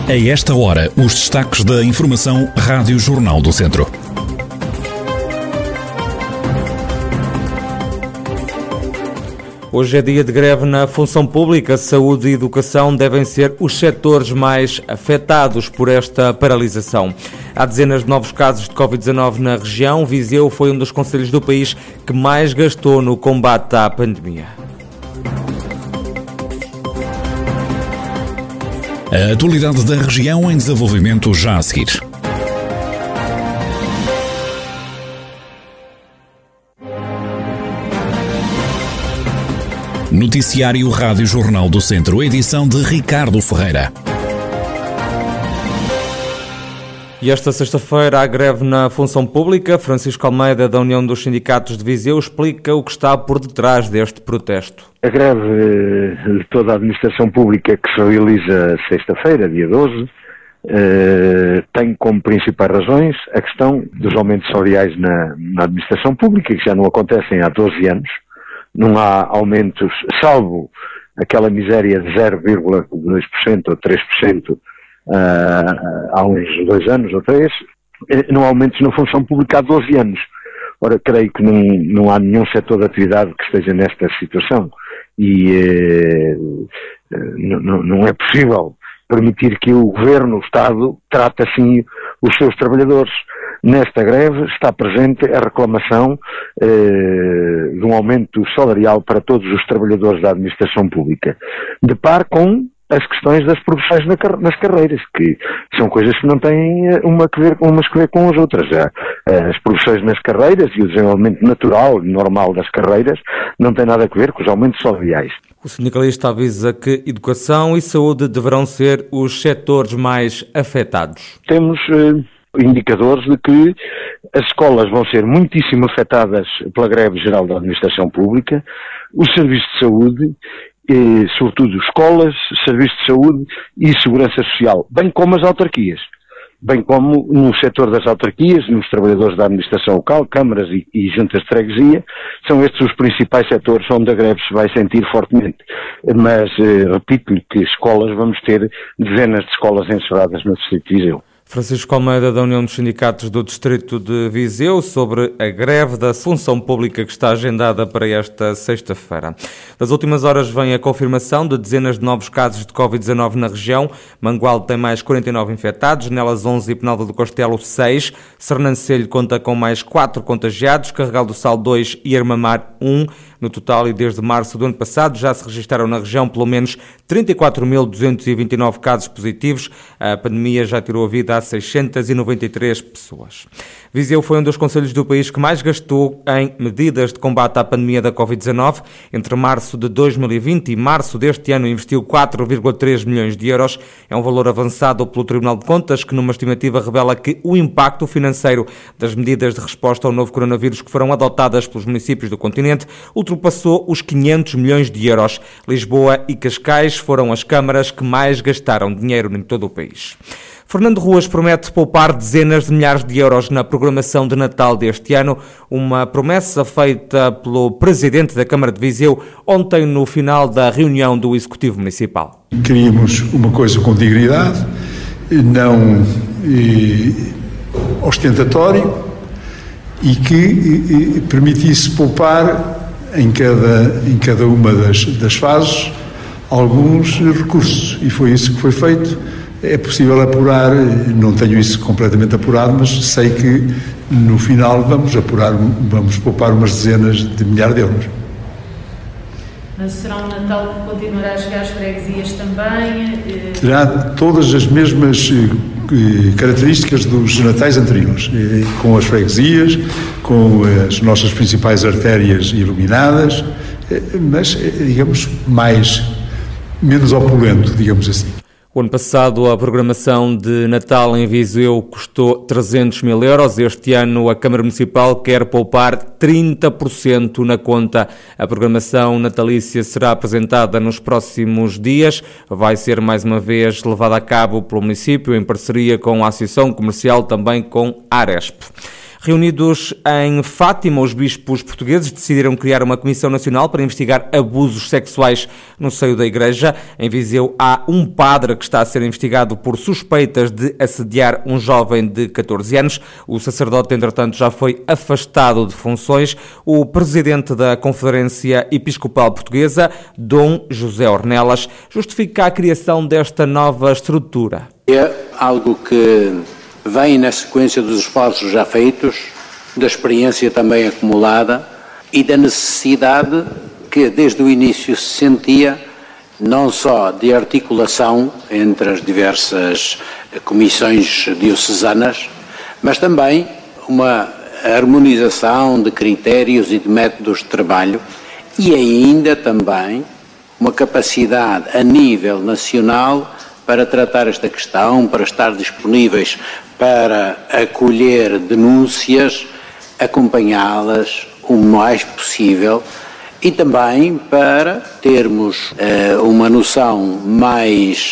A esta hora, os destaques da Informação Rádio Jornal do Centro. Hoje é dia de greve na função pública. Saúde e educação devem ser os setores mais afetados por esta paralisação. Há dezenas de novos casos de Covid-19 na região. Viseu foi um dos concelhos do país que mais gastou no combate à pandemia. A atualidade da região em desenvolvimento já a seguir. Noticiário Rádio Jornal do Centro, edição de Ricardo Ferreira. E esta sexta-feira há greve na função pública. Francisco Almeida, da União dos Sindicatos de Viseu, explica o que está por detrás deste protesto. A greve de toda a administração pública que se realiza sexta-feira, dia 12, tem como principais razões a questão dos aumentos salariais na administração pública, que já não acontecem há 12 anos. Não há aumentos, salvo aquela miséria de 0,2% ou 3%, há uns 2 anos ou 3, não há aumentos na função pública há 12 anos. Ora, creio que não há nenhum setor de atividade que esteja nesta situação e não é possível permitir que o Governo, o Estado, trate assim os seus trabalhadores. Nesta greve está presente a reclamação de um aumento salarial para todos os trabalhadores da administração pública, de par com as questões das progressões nas carreiras, que são coisas que não têm umas que ver com as outras. As progressões nas carreiras e o desenvolvimento natural e normal das carreiras não têm nada a ver com os aumentos salariais. O sindicalista avisa que educação e saúde deverão ser os setores mais afetados. Temos indicadores de que as escolas vão ser muitíssimo afetadas pela greve geral da administração pública, os serviços de saúde, sobretudo escolas, serviços de saúde e segurança social, bem como as autarquias, bem como no setor das autarquias, nos trabalhadores da administração local, câmaras e juntas de freguesia, são estes os principais setores onde a greve se vai sentir fortemente. Mas, repito-lhe que escolas, vamos ter dezenas de escolas encerradas no distrito de Viseu. Francisco Almeida, da União dos Sindicatos do Distrito de Viseu, sobre a greve da função pública que está agendada para esta sexta-feira. Das últimas horas vem a confirmação de dezenas de novos casos de Covid-19 na região. Mangualde tem mais 49 infectados, Nelas 11 e Penalva do Castelo 6. Sernancelho conta com mais 4 contagiados, Carregal do Sal 2 e Armamar 1. No total, e desde março do ano passado, já se registaram na região pelo menos 34.229 casos positivos. A pandemia já tirou a vida a 693 pessoas. Viseu foi um dos concelhos do país que mais gastou em medidas de combate à pandemia da Covid-19. Entre março de 2020 e março deste ano investiu 4,3 milhões de euros. É um valor avançado pelo Tribunal de Contas, que numa estimativa revela que o impacto financeiro das medidas de resposta ao novo coronavírus que foram adotadas pelos municípios do continente ultrapassou os 500 milhões de euros. Lisboa e Cascais foram as câmaras que mais gastaram dinheiro em todo o país. Fernando Ruas promete poupar dezenas de milhares de euros na programação de Natal deste ano, uma promessa feita pelo Presidente da Câmara de Viseu ontem no final da reunião do Executivo Municipal. Queríamos uma coisa com dignidade, não ostentatório e que permitisse poupar em cada uma das fases alguns recursos, e foi isso que foi feito. É possível apurar, não tenho isso completamente apurado, mas sei que no final vamos poupar umas dezenas de milhares de euros. Mas será um Natal que continuará a chegar às freguesias também? Terá todas as mesmas características dos natais anteriores, com as freguesias, com as nossas principais artérias iluminadas, mas, digamos, menos opulento, digamos assim. O ano passado, a programação de Natal em Viseu custou 300 mil euros. Este ano, a Câmara Municipal quer poupar 30% na conta. A programação natalícia será apresentada nos próximos dias. Vai ser, mais uma vez, levada a cabo pelo município, em parceria com a Associação Comercial, também com a Aresp. Reunidos em Fátima, os bispos portugueses decidiram criar uma comissão nacional para investigar abusos sexuais no seio da Igreja. Em Viseu há um padre que está a ser investigado por suspeitas de assediar um jovem de 14 anos. O sacerdote, entretanto, já foi afastado de funções. O presidente da Conferência Episcopal Portuguesa, Dom José Ornelas, justifica a criação desta nova estrutura. É algo que vem na sequência dos esforços já feitos, da experiência também acumulada e da necessidade que desde o início se sentia, não só de articulação entre as diversas comissões diocesanas, mas também uma harmonização de critérios e de métodos de trabalho e ainda também uma capacidade a nível nacional para tratar esta questão, para estar disponíveis para acolher denúncias, acompanhá-las o mais possível e também para termos uma noção mais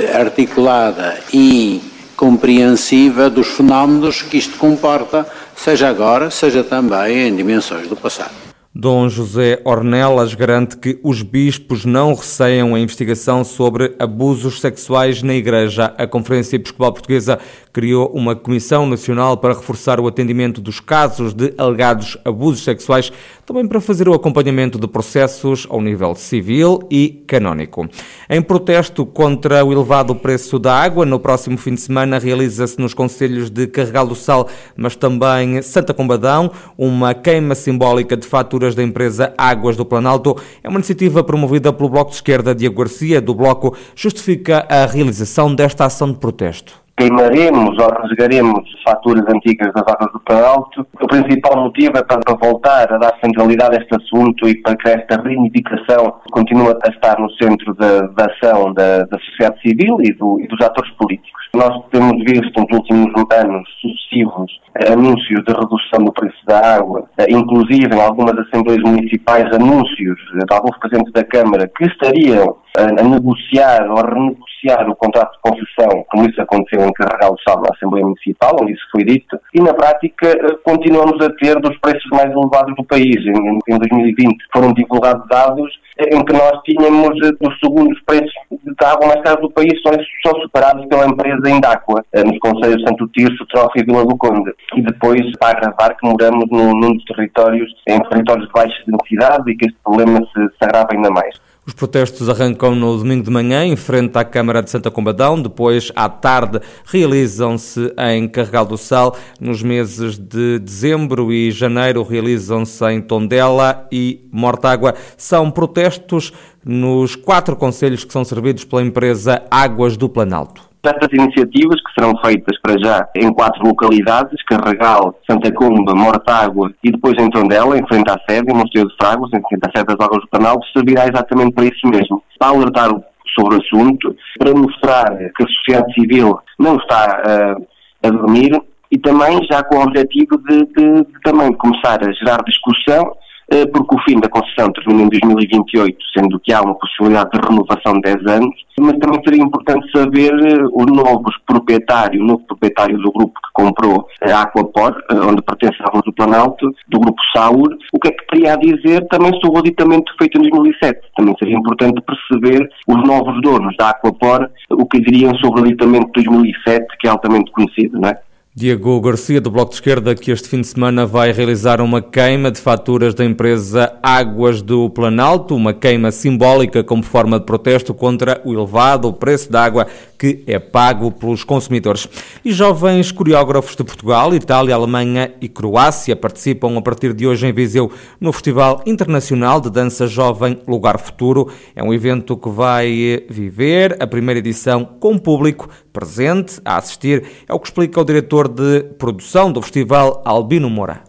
articulada e compreensiva dos fenómenos que isto comporta, seja agora, seja também em dimensões do passado. Dom José Ornelas garante que os bispos não receiam a investigação sobre abusos sexuais na Igreja. A Conferência Episcopal Portuguesa criou uma comissão nacional para reforçar o atendimento dos casos de alegados abusos sexuais, também para fazer o acompanhamento de processos ao nível civil e canónico. Em protesto contra o elevado preço da água, no próximo fim de semana realiza-se nos concelhos de Carregal do Sal, mas também Santa Combadão, uma queima simbólica de faturas da empresa Águas do Planalto. É uma iniciativa promovida pelo Bloco de Esquerda. Diogo Garcia, do Bloco, justifica a realização desta ação de protesto. Queimaremos ou rasgaremos faturas antigas das Águas do Planalto. O principal motivo é para voltar a dar centralidade a este assunto e para que esta reunificação continue a estar no centro da ação da sociedade civil e dos atores políticos. Nós temos visto nos últimos anos sucessivos anúncios de redução do preço da água, inclusive em algumas assembleias municipais anúncios de alguns presidentes da Câmara que estariam a negociar ou a renegociar o contrato de concessão, como isso aconteceu em Carregal do Sal, na Assembleia Municipal, onde isso foi dito, e na prática continuamos a ter dos preços mais elevados do país. Em 2020 foram divulgados dados em que nós tínhamos os segundos preços de água mais caros do país, são superados pela empresa Indáqua, nos concelhos de Santo Tirso, Trofa e Vila do Conde. E depois, para agravar, que moramos num dos territórios, em territórios de baixa densidade e que este problema se agrava ainda mais. Os protestos arrancam no domingo de manhã, em frente à Câmara de Santa Combadão. Depois, à tarde, realizam-se em Carregal do Sal. Nos meses de dezembro e janeiro, realizam-se em Tondela e Mortágua. São protestos nos 4 concelhos que são servidos pela empresa Águas do Planalto. Estas iniciativas, que serão feitas para já em 4 localidades, Carregal, Santa Comba, Mortágua e depois em Tondela, em frente à sede, em Mosteiro de Fragos, em frente à sede das Águas do Planalto, servirá exatamente para isso mesmo, para alertar sobre o assunto, para mostrar que a sociedade civil não está a dormir e também já com o objetivo de também começar a gerar discussão, porque o fim da concessão termina em 2028, sendo que há uma possibilidade de renovação de 10 anos, mas também seria importante saber o novo proprietário do grupo que comprou a Aquapor, onde pertence a Águas do Planalto, do grupo Saur, o que é que teria a dizer também sobre o aditamento feito em 2007. Também seria importante perceber os novos donos da Aquapor, o que diriam sobre o aditamento de 2007, que é altamente conhecido, não é? Diogo Garcia, do Bloco de Esquerda, que este fim de semana vai realizar uma queima de faturas da empresa Águas do Planalto, uma queima simbólica como forma de protesto contra o elevado preço da água que é pago pelos consumidores. E jovens coreógrafos de Portugal, Itália, Alemanha e Croácia participam a partir de hoje em Viseu no Festival Internacional de Dança Jovem Lugar Futuro. É um evento que vai viver a primeira edição com público presente a assistir. É o que explica o diretor de produção do festival, Albino Moura.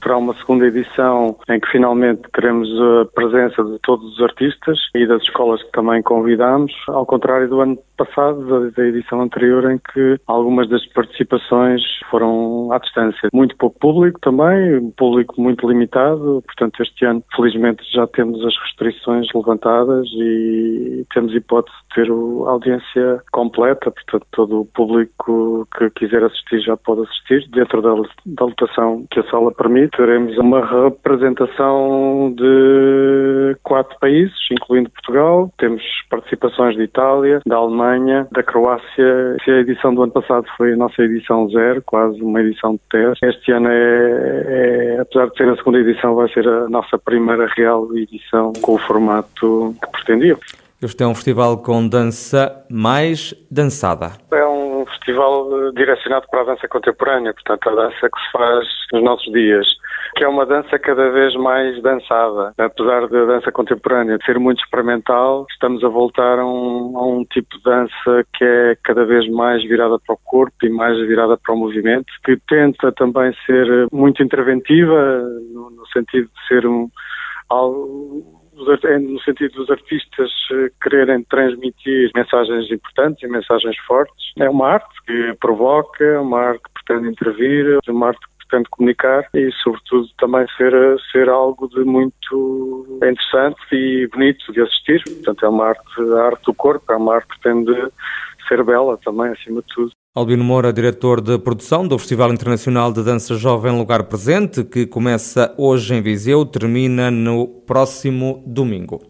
Será uma segunda edição em que finalmente teremos a presença de todos os artistas e das escolas que também convidamos, ao contrário do ano passado, da edição anterior, em que algumas das participações foram à distância. Muito pouco público também, um público muito limitado, portanto este ano felizmente já temos as restrições levantadas e temos hipótese de ter a audiência completa, portanto todo o público que quiser assistir já pode assistir, dentro da lotação que a sala permite. Teremos uma representação de 4 países, incluindo Portugal, temos participações de Itália, da Alemanha, da Croácia. A edição do ano passado foi a nossa edição 0, quase uma edição de teste. Este ano apesar de ser a segunda edição, vai ser a nossa primeira real edição com o formato que pretendíamos. Este é um festival com dança mais dançada. É um festival direcionado para a dança contemporânea, portanto a dança que se faz nos nossos dias, que é uma dança cada vez mais dançada. Apesar da dança contemporânea ser muito experimental, estamos a voltar a um tipo de dança que é cada vez mais virada para o corpo e mais virada para o movimento, que tenta também ser muito interventiva, no sentido de ser no sentido dos artistas quererem transmitir mensagens importantes e mensagens fortes. É uma arte que provoca, é uma arte que pretende intervir, é uma arte que pretende comunicar e, sobretudo, também ser algo de muito interessante e bonito de assistir. Portanto, é uma a arte do corpo, é uma arte que pretende ser bela também, acima de tudo. Albino Moura, diretor de produção do Festival Internacional de Dança Jovem Lugar Presente, que começa hoje em Viseu, termina no próximo domingo.